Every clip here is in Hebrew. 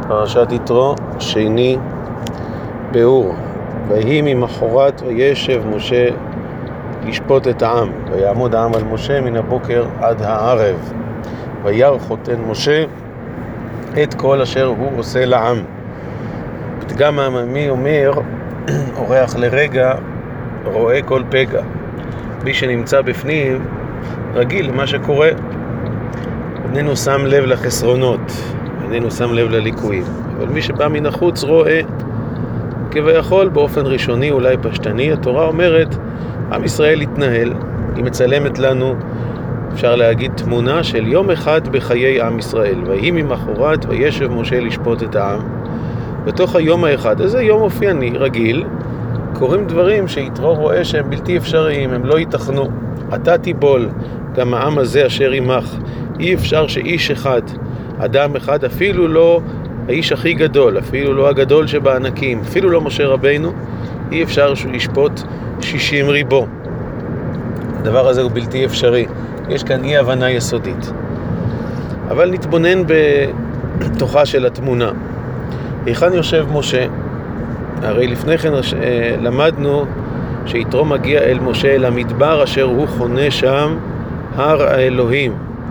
פרשת יתרו, שני, ביאור. ויהי ממחרת וישב משה לשפוט את העם, ויעמוד העם על משה מן הבוקר עד הערב. וירא חותן משה את כל אשר הוא עושה לעם. פתגם העממי אומר, אורח לרגע רואה כל פגע. מי שנמצא בפנים רגיל למה שקורה, איננו שם לב לחסרונות, איננו שם לב לליקויים. אבל מי שבא מן החוץ רואה כביכול באופן ראשוני, אולי פשטני. התורה אומרת, עם ישראל התנהל, היא מצלמת לנו, אפשר להגיד, תמונה של יום אחד בחיי עם ישראל. ויהי ממחרת וישב משה לשפוט את העם. בתוך היום האחד הזה, יום אופייני, רגיל, קוראים דברים שיתרו רואה שהם בלתי אפשריים, הם לא ייתכנו. אתה תיבול, גם העם הזה אשר עמך. אי אפשר שאיש אחד, אדם אחד, אפילו לא האיש הכי גדול, אפילו לא הגדול שבענקים, אפילו לא משה רבינו, אי אפשר שהוא ישפוט 60 ריבו. הדבר הזה הוא בלתי אפשרי. יש כאן אי הבנה יסודית. אבל נתבונן בתוכה של התמונה. היכן יושב משה? הרי לפני כן למדנו שיתרו מגיע אל משה אל המדבר אשר הוא חונה שם הר האלוהים.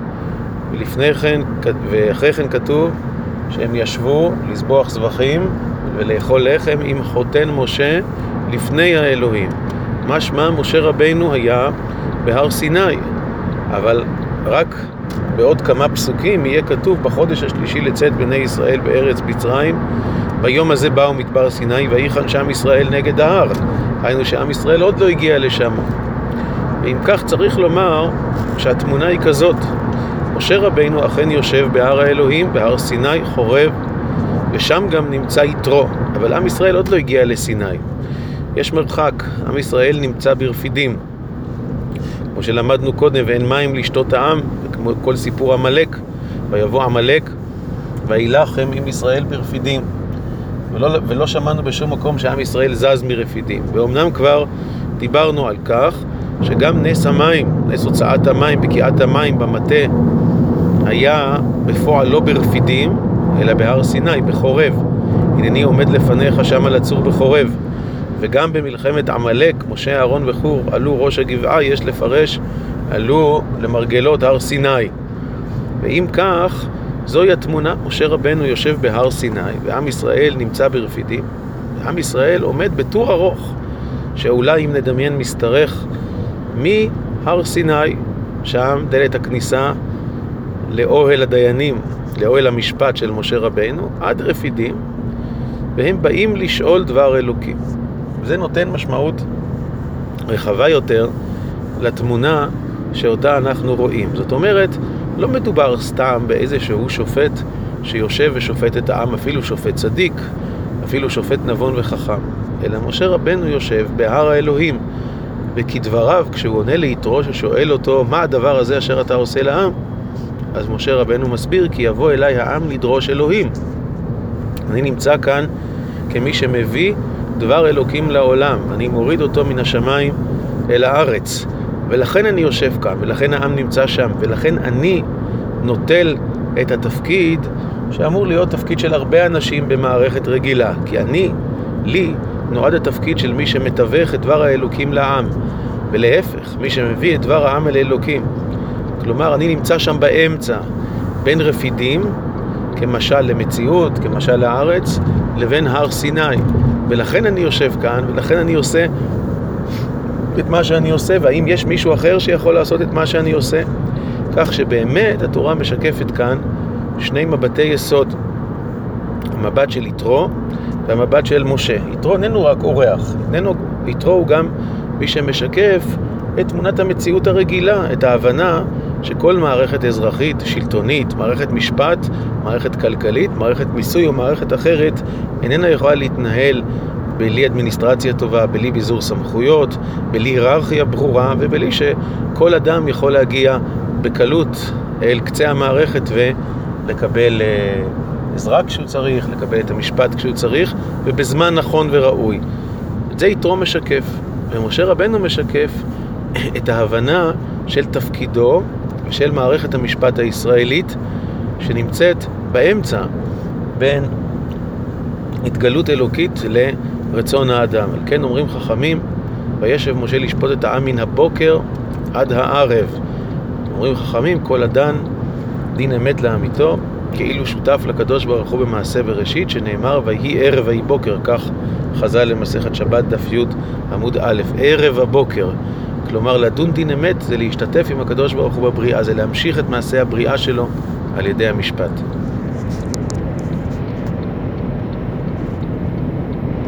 ואחרי כן כתוב שהם ישבו לזבוח זבחים ולאכול לחם עם חותן משה לפני האלוהים. משמע משה רבינו היה בהר סיני, אבל רק בעוד כמה פסוקים יהיה כתוב בחודש השלישי לצאת בני ישראל בארץ מצרים, ביום הזה באו מדבר סיני ויחן שם ישראל נגד ההר. היינו שעם ישראל עוד לא הגיע לשם. ואם כך צריך לומר שהתמונה היא כזאת, משה רבינו אכן יושב בהר האלוהים, בהר סיני, חורב, ושם גם נמצא יתרו, אבל עם ישראל עוד לא הגיע לסיני. יש מרחק, עם ישראל נמצא ברפידים. כמו שלמדנו קודם, ואין מים לשתות העם, כמו כל סיפור עמלק, ויבוא עמלק, וילחם עם ישראל ברפידים. ולא שמענו בשום מקום שעם ישראל זז מרפידים. ואומנם כבר דיברנו על כך, שגם נס המים, נס הוצאת המים, בקיעת המים במטה, היה בפועל לא ברפידים, אלא בהר סיני, בחורב. הנני עומד לפניך שם על הצור בחורב. וגם במלחמת עמלק, משה, אהרון וחור, עלו ראש הגבעה, יש לפרש, עלו למרגלות הר סיני. ואם כך, זוהי התמונה, משה רבנו יושב בהר סיני, ועם ישראל נמצא ברפידים. ועם ישראל עומד בטור ארוך, שאולי אם נדמיין משתרך מהר סיני, שם דלת הכניסה לאוהל הדיינים, לאוהל המשפט של משה רבנו, עד רפידים, והם באים לשאול דבר אלוקים. זה נותן משמעות רחבה יותר לתמונה שאותה אנחנו רואים. זאת אומרת, לא מדובר סתם באיזשהו שופט שיושב ושופט את העם, אפילו שופט צדיק, אפילו שופט נבון וחכם, אלא משה רבנו יושב בהר האלוהים, וכדבריו, כשהוא עונה ליתרו ששואל אותו, מה הדבר הזה אשר אתה עושה לעם? אז משה רבנו מסביר, כי יבוא אליי העם לדרוש אלוהים. אני נמצא כאן כמי שמביא דבר אלוקים לעולם. אני מוריד אותו מן השמיים אל הארץ. ולכן אני יושב כאן, ולכן העם נמצא שם, ולכן אני נוטל את התפקיד שאמור להיות תפקיד של הרבה אנשים במערכת רגילה. כי לי נועד התפקיד של מי שמתווך את דבר האלוקים לעם, ולהפך, מי שמביא את דבר העם אל אלוקים. כלומר, אני נמצא שם באמצע, בין רפידים, כמשל למציאות, כמשל לארץ, לבין הר סיני. ולכן אני יושב כאן, ולכן אני עושה את מה שאני עושה, והאם יש מישהו אחר שיכול לעשות את מה שאני עושה? כך שבאמת התורה משקפת כאן שני מבטי יסוד, המבט של יתרו והמבט של משה. יתרו איננו רק אורח, יתרו הוא גם מי שמשקף את תמונת המציאות הרגילה, את ההבנה שכל מערכת אזרחית, שלטונית, מערכת משפט, מערכת כלכלית, מערכת מיסוי או מערכת אחרת, איננה יכולה להתנהל בלי אדמיניסטרציה טובה, בלי ביזור סמכויות, בלי היררכיה ברורה, ובלי שכל אדם יכול להגיע בקלות אל קצה המערכת ולקבל עזרה כשהוא צריך, לקבל את המשפט כשהוא צריך, ובזמן נכון וראוי. את זה יתרו משקף, ומשה רבנו משקף את ההבנה של תפקידו ושל מערכת המשפט הישראלית שנמצאת באמצע בין התגלות אלוקית לרצון האדם. על כן אומרים חכמים, וישב משה לשפוט את העם מן הבוקר עד הערב. אומרים חכמים, כל אדם דין אמת לאמיתו, כאילו שותף לקדוש ברוך הוא במעשה בראשית, שנאמר ויהי ערב ויהי בוקר, כך חז"ל למסכת שבת דף י' עמוד א', ערב הבוקר. כלומר, לדון דין אמת זה להשתתף עם הקדוש ברוך הוא בבריאה, זה להמשיך את מעשה הבריאה שלו על ידי המשפט.